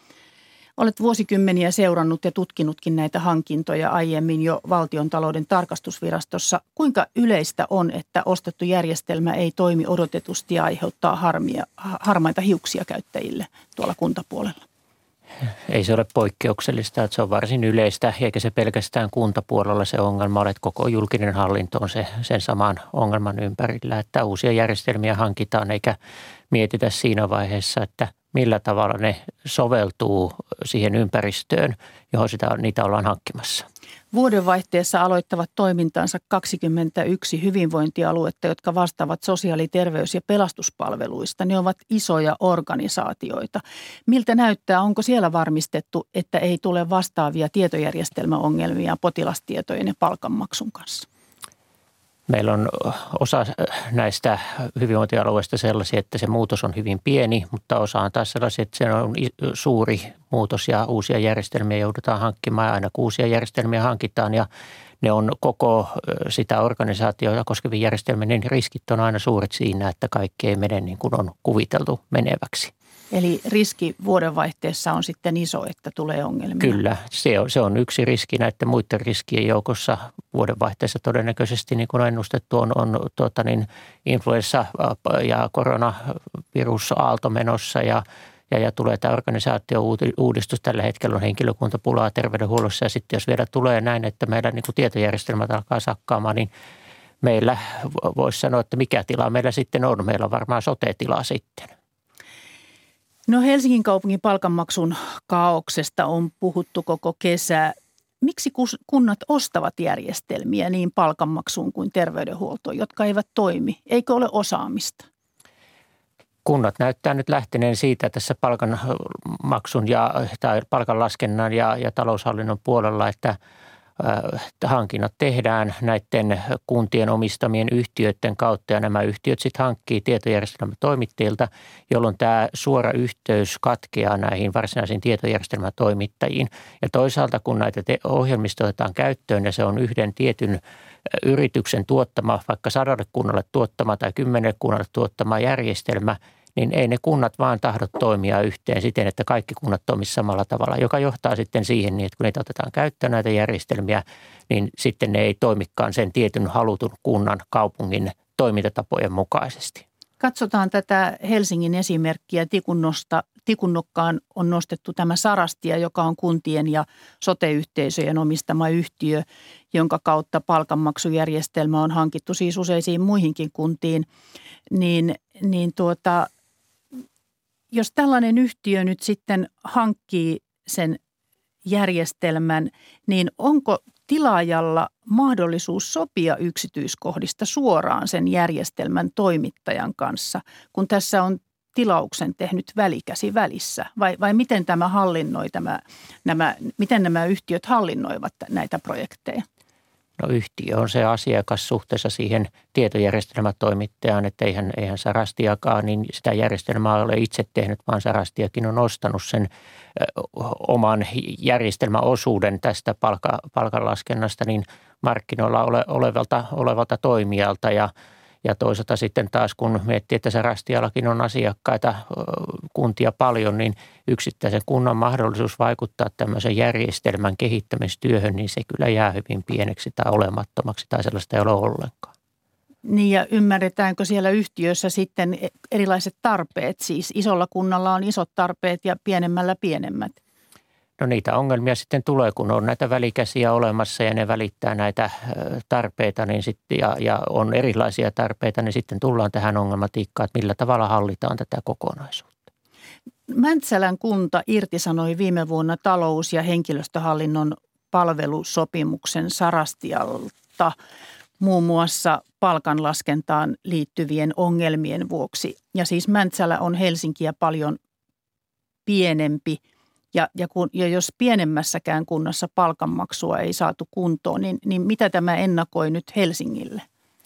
Olet vuosikymmeniä seurannut ja tutkinutkin näitä hankintoja aiemmin jo Valtiontalouden tarkastusvirastossa. Kuinka yleistä on, että ostettu järjestelmä ei toimi odotetusti ja aiheuttaa harmaita hiuksia käyttäjille tuolla kuntapuolella? Ei se ole poikkeuksellista, että se on varsin yleistä, eikä se pelkästään kuntapuolella se ongelma ole, että koko julkinen hallinto on sen saman ongelman ympärillä, että uusia järjestelmiä hankitaan eikä mietitä siinä vaiheessa, että millä tavalla ne soveltuu siihen ympäristöön, johon niitä ollaan hankkimassa. Vuodenvaihteessa aloittavat toimintaansa 21 hyvinvointialuetta, jotka vastaavat sosiaali-, terveys- ja pelastuspalveluista. Ne ovat isoja organisaatioita. Miltä näyttää, onko siellä varmistettu, että ei tule vastaavia tietojärjestelmäongelmia potilastietojen ja palkanmaksun kanssa? Meillä on osa näistä hyvinvointialueista sellaisia, että se muutos on hyvin pieni, mutta osa on taas sellaisia, että se on suuri muutos ja uusia järjestelmiä joudutaan hankkimaan. Aina kun uusia järjestelmiä hankitaan ja ne on koko sitä organisaatiota koskevia järjestelmiä, niin riskit on aina suuret siinä, että kaikki ei mene niin kuin on kuviteltu meneväksi. Eli riski vuodenvaihteessa on sitten iso, että tulee ongelmia. Kyllä, se on yksi riski näiden muiden riskien joukossa. Vuodenvaihteessa todennäköisesti, niin kuin on ennustettu, on influenssa ja koronavirusaalto menossa ja tulee tämä organisaatio-uudistus. Tällä hetkellä on henkilökuntapulaa terveydenhuollossa ja sitten jos vielä tulee näin, että meidän niin kuin tietojärjestelmät alkaa sakkaamaan, niin meillä voisi sanoa, että mikä tila meillä sitten on. Meillä on varmaan sote-tila sitten. No Helsingin kaupungin palkanmaksun kaauksesta on puhuttu koko kesä. Miksi kunnat ostavat järjestelmiä niin palkanmaksuun kuin terveydenhuoltoon, jotka eivät toimi? Eikö ole osaamista? Kunnat näyttää nyt lähteneen siitä tässä palkanmaksun tai palkanlaskennan ja taloushallinnon puolella, että hankinnat tehdään näiden kuntien omistamien yhtiöiden kautta ja nämä yhtiöt sitten hankkii tietojärjestelmätoimittajilta, jolloin tämä suora yhteys katkeaa näihin varsinaisiin tietojärjestelmätoimittajiin. Ja toisaalta kun näitä ohjelmistoja otetaan käyttöön ja se on yhden tietyn yrityksen tuottama, vaikka 100 kunnalle tuottama tai 10 kunnalle tuottama järjestelmä, niin ei ne kunnat vaan tahdo toimia yhteen siten, että kaikki kunnat toimisivat samalla tavalla, joka johtaa sitten siihen, että kun niitä otetaan käyttöön näitä järjestelmiä, niin sitten ne ei toimikaan sen tietyn halutun kunnan, kaupungin toimintatapojen mukaisesti. Katsotaan tätä Helsingin esimerkkiä. Tikunnokkaan on nostettu tämä Sarastia, joka on kuntien ja sote-yhteisöjen omistama yhtiö, jonka kautta palkanmaksujärjestelmä on hankittu siis useisiin muihinkin kuntiin. Jos tällainen yhtiö nyt sitten hankkii sen järjestelmän, niin onko tilaajalla mahdollisuus sopia yksityiskohdista suoraan sen järjestelmän toimittajan kanssa, kun tässä on tilauksen tehnyt välikäsi välissä? Vai miten tämä hallinnoi miten nämä yhtiöt hallinnoivat näitä projekteja? No yhtiö on se asiakas suhteessa siihen tietojärjestelmätoimittajaan, että eihän Sarastiakaan niin sitä järjestelmää ole itse tehnyt, vaan Sarastiakin on ostanut sen oman järjestelmäosuuden tästä palkanlaskennasta niin markkinoilla olevalta toimijalta ja toisaalta sitten taas kun miettii, että Sarastiallakin on asiakkaita kuntia paljon, niin yksittäisen kunnan mahdollisuus vaikuttaa tämmöisen järjestelmän kehittämistyöhön, niin se kyllä jää hyvin pieneksi tai olemattomaksi tai sellaista ei ole ollenkaan. Niin ja ymmärretäänkö siellä yhtiössä sitten erilaiset tarpeet? Siis isolla kunnalla on isot tarpeet ja pienemmällä pienemmät. No niitä ongelmia sitten tulee, kun on näitä välikäsiä olemassa ja ne välittää näitä tarpeita niin sitten, ja on erilaisia tarpeita, niin sitten tullaan tähän ongelmatiikkaan, että millä tavalla hallitaan tätä kokonaisuutta. Mäntsälän kunta irtisanoi viime vuonna talous- ja henkilöstöhallinnon palvelusopimuksen Sarastialta muun muassa palkanlaskentaan liittyvien ongelmien vuoksi. Ja siis Mäntsälä on Helsinkiä paljon pienempi. Ja jos pienemmässäkään kunnassa palkanmaksua ei saatu kuntoon, niin mitä tämä ennakoi nyt Helsingille?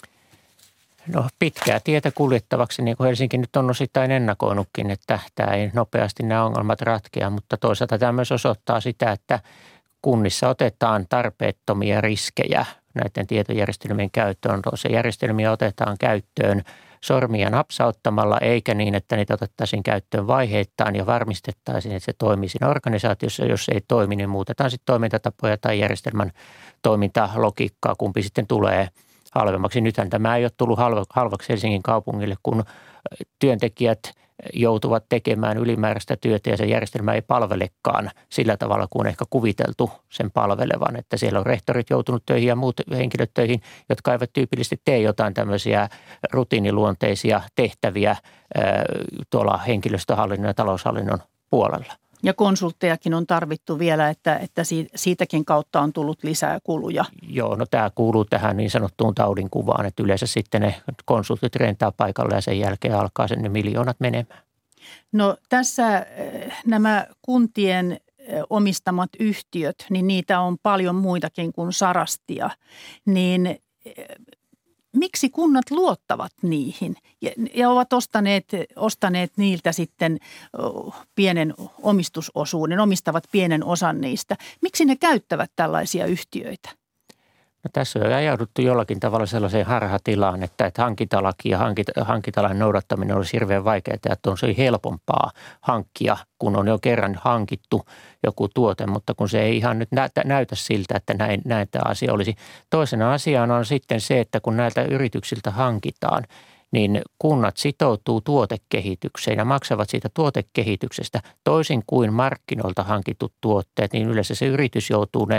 No pitkää tietä kuljettavaksi, niin kuin Helsinki nyt on osittain ennakoinutkin, että tämä ei nopeasti nämä ongelmat ratkea, mutta toisaalta tämä myös osoittaa sitä, että kunnissa otetaan tarpeettomia riskejä näiden tietojärjestelmien käyttöön. Se järjestelmiä otetaan käyttöön sormia napsauttamalla, eikä niin, että niitä otettaisiin käyttöön vaiheittain ja varmistettaisiin, että se toimii siinä organisaatiossa. Jos ei toimi, niin muutetaan sitten toimintatapoja tai järjestelmän toimintalogiikkaa, kumpi sitten tulee halvemmaksi. Nythän tämä ei ole tullut halvaksi Helsingin kaupungille, kun työntekijät joutuvat tekemään ylimääräistä työtä ja se järjestelmä ei palvelekaan sillä tavalla kuin ehkä kuviteltu sen palvelevan. Että siellä on rehtorit joutunut töihin ja muut henkilöt töihin, jotka eivät tyypillisesti tee jotain tämmöisiä rutiiniluonteisia tehtäviä tuolla henkilöstöhallinnon ja taloushallinnon puolella. Ja konsulttejakin on tarvittu vielä, että siitäkin kautta on tullut lisää kuluja. Joo, no tämä kuuluu tähän niin sanottuun taudinkuvaan, että yleensä sitten ne konsultit rentää paikalle ja sen jälkeen alkaa sen ne miljoonat menemään. No tässä nämä kuntien omistamat yhtiöt, niin niitä on paljon muitakin kuin Sarastia, niin miksi kunnat luottavat niihin ja ovat ostaneet niiltä sitten pienen omistusosuuden, omistavat pienen osan niistä? Miksi ne käyttävät tällaisia yhtiöitä? No tässä on ajauduttu jollakin tavalla sellaiseen harhatilaan, että hankintalaki ja hankintalain noudattaminen olisi hirveän vaikeaa, että on se helpompaa hankkia, kun on jo kerran hankittu joku tuote, mutta kun se ei ihan nyt näytä siltä, että näin tämä asia olisi. Toisena asiana on sitten se, että kun näiltä yrityksiltä hankitaan, niin kunnat sitoutuu tuotekehitykseen ja maksavat siitä tuotekehityksestä toisin kuin markkinoilta hankitut tuotteet, niin yleensä se yritys joutuu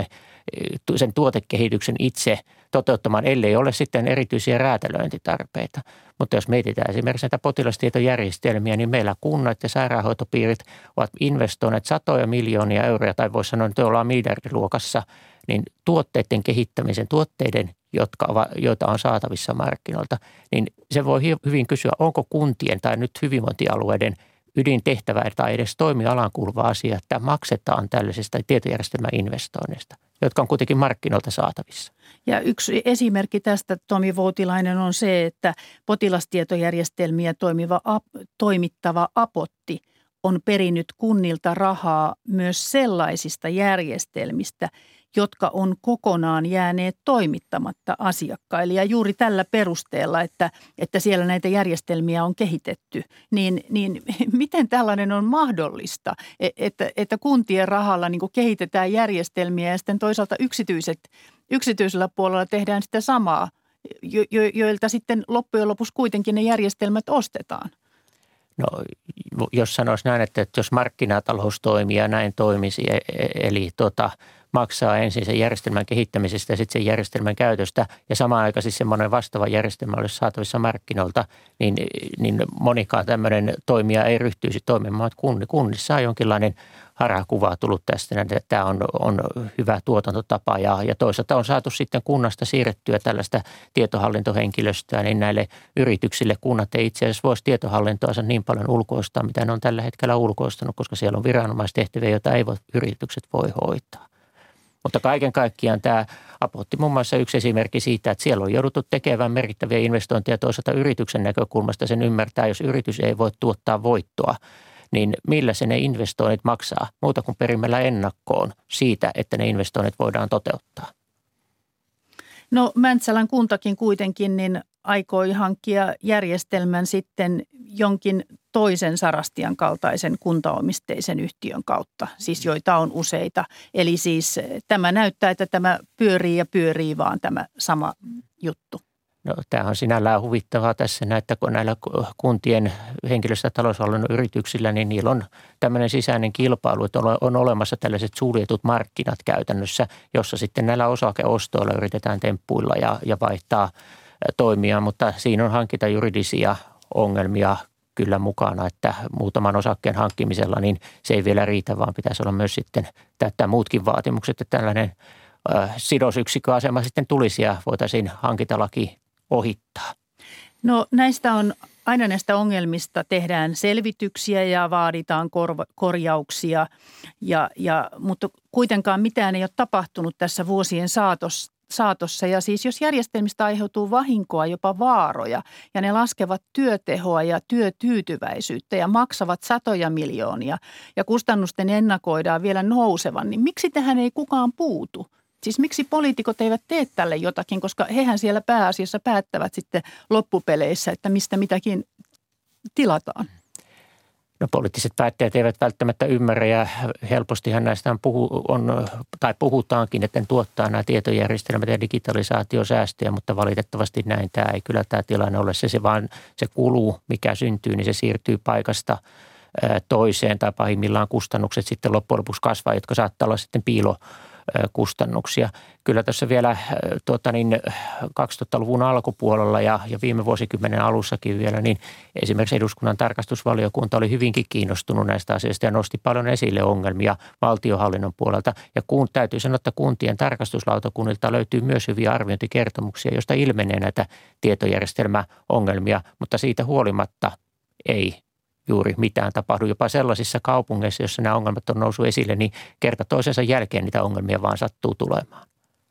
sen tuotekehityksen itse toteuttamaan, ellei ole sitten erityisiä räätälöintitarpeita. Mutta jos mietitään esimerkiksi näitä potilastietojärjestelmiä, niin meillä kunnat ja sairaanhoitopiirit ovat investoineet satoja miljoonia euroja, tai voisi sanoa, että ollaan miljardiluokassa, niin tuotteiden kehittämisen, tuotteiden, joita on saatavissa markkinoilta, niin se voi hyvin kysyä, onko kuntien tai nyt hyvinvointialueiden ydintehtävä tai edes toimialaan kuuluva asia, että maksetaan tällaisista tietojärjestelmäinvestoinneista, jotka on kuitenkin markkinoilta saatavissa. Ja yksi esimerkki tästä, Tomi Voutilainen, on se, että potilastietojärjestelmiä toimittava Apotti on perinyt kunnilta rahaa myös sellaisista järjestelmistä, jotka on kokonaan jääneet toimittamatta asiakkaille. Ja juuri tällä perusteella, että siellä näitä järjestelmiä on kehitetty, niin miten tällainen on mahdollista, että kuntien rahalla niin kuin kehitetään järjestelmiä ja sitten toisaalta yksityisellä puolella tehdään sitä samaa, joilta sitten loppujen lopuksi kuitenkin ne järjestelmät ostetaan? No, jos sanoisi näin, että jos markkinatalous toimii ja näin toimisi, eli maksaa ensin sen järjestelmän kehittämisestä ja sitten sen järjestelmän käytöstä ja samaan aikaan siis semmoinen vastaava järjestelmä olisi saatavissa markkinoilta, niin monikaan tämmöinen toimija ei ryhtyisi toimimaan. Kunnissa on jonkinlainen harhakuva tullut tästä, että tämä on hyvä tuotantotapa ja toisaalta on saatu sitten kunnasta siirrettyä tällaista tietohallintohenkilöstöä, niin näille yrityksille kunnat ei itse asiassa voisi tietohallintoansa niin paljon ulkoistaa, mitä ne on tällä hetkellä ulkoistanut, koska siellä on viranomaistehtäviä, joita yritykset voi hoitaa. Mutta kaiken kaikkiaan tämä Apotti muun muassa yksi esimerkki siitä, että siellä on jouduttu tekemään merkittäviä investointeja toisaalta yrityksen näkökulmasta. Sen ymmärtää, jos yritys ei voi tuottaa voittoa, niin millä se ne investoinnit maksaa muuta kuin perimällä ennakkoon siitä, että ne investoinnit voidaan toteuttaa. No Mäntsälän kuntakin kuitenkin niin aikoi hankkia järjestelmän sitten jonkin toisen Sarastian kaltaisen kuntaomisteisen yhtiön kautta, siis joita on useita. Eli siis tämä näyttää, että tämä pyörii vaan tämä sama juttu. No, tämä on sinällään huvittavaa tässä, että kun näillä kuntien henkilöstö- ja taloushallinnon yrityksillä, niin niillä on tämmöinen sisäinen kilpailu, että on olemassa tällaiset suljetut markkinat käytännössä, jossa sitten näillä osakeostoilla yritetään temppuilla ja vaihtaa toimia, mutta siinä on hankintajuridisia ongelmia kyllä mukana, että muutaman osakkeen hankkimisella niin se ei vielä riitä, vaan pitäisi olla myös sitten täyttää muutkin vaatimukset, että tällainen sidosyksikköasema sitten tulisi ja voitaisiin hankintalaki ohittaa. No aina näistä ongelmista tehdään selvityksiä ja vaaditaan korjauksia, mutta kuitenkaan mitään ei ole tapahtunut tässä vuosien saatossa. Ja siis jos järjestelmistä aiheutuu vahinkoa, jopa vaaroja, ja ne laskevat työtehoa ja työtyytyväisyyttä ja maksavat satoja miljoonia ja kustannusten ennakoidaan vielä nousevan, niin miksi tähän ei kukaan puutu? Siis miksi poliitikot eivät tee tälle jotakin, koska hehän siellä pääasiassa päättävät sitten loppupeleissä, että mistä mitäkin tilataan. No, poliittiset päättäjät eivät välttämättä ymmärrä ja helpostihan näistä puhutaankin, että ne tuottaa nämä tietojärjestelmät ja digitalisaatiosäästöjä, mutta valitettavasti näin tämä ei kyllä tämä tilanne ole. Se kulu, mikä syntyy, niin se siirtyy paikasta toiseen tai pahimmillaan kustannukset sitten loppujen lopuksi kasvaa, jotka saattaa olla sitten piilokustannuksia. Kyllä tässä vielä 2000-luvun alkupuolella ja viime vuosikymmenen alussakin vielä, niin esimerkiksi eduskunnan tarkastusvaliokunta oli hyvinkin kiinnostunut näistä asioista ja nosti paljon esille ongelmia valtionhallinnon puolelta. Ja täytyy sanoa, että kuntien tarkastuslautakunnilta löytyy myös hyviä arviointikertomuksia, joista ilmenee näitä tietojärjestelmäongelmia, mutta siitä huolimatta ei juuri mitään tapahdu. Jopa sellaisissa kaupungeissa, joissa nämä ongelmat on noussut esille, niin kerta toisensa jälkeen niitä ongelmia vaan sattuu tulemaan.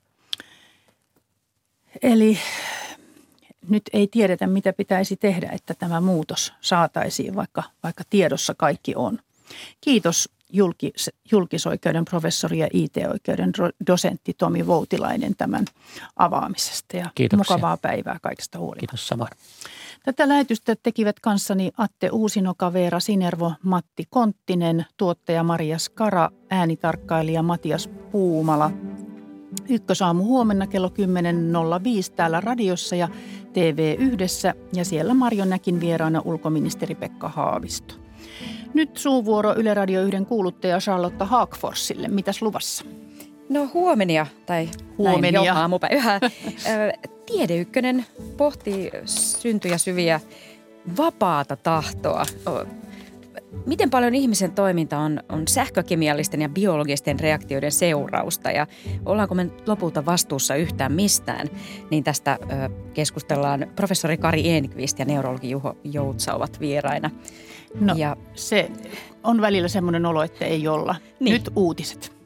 Eli nyt ei tiedetä, mitä pitäisi tehdä, että tämä muutos saataisiin, vaikka tiedossa kaikki on. Kiitos julkisoikeuden professori ja IT-oikeuden dosentti Tomi Voutilainen tämän avaamisesta ja kiitoksia. Mukavaa päivää kaikesta huolimatta. Kiitos samoin. Tätä lähetystä tekivät kanssani Atte Uusinoka, Veera Sinervo, Matti Konttinen, tuottaja Maria Skara, äänitarkkailija Matias Puumala. Ykkösaamu huomenna kello 10.05 täällä radiossa ja TV1 ja siellä Marjonäkin vieraana ulkoministeri Pekka Haavisto. Nyt suuvuoro Yle Radio 1 kuuluttaja Charlotte Haagforsille. Mitäs luvassa? No huomenia tai huomenia. Näin jo aamupäivää. Tiede Ykkönen pohtii syntyjä syviä vapaata tahtoa. Miten paljon ihmisen toiminta on sähkökemiallisten ja biologisten reaktioiden seurausta ja ollaanko me lopulta vastuussa yhtään mistään? Niin tästä keskustellaan professori Kari Enqvist ja neurologi Juho Joutsa ovat vieraina. No se on välillä semmoinen olo, että ei olla. Niin. Nyt uutiset.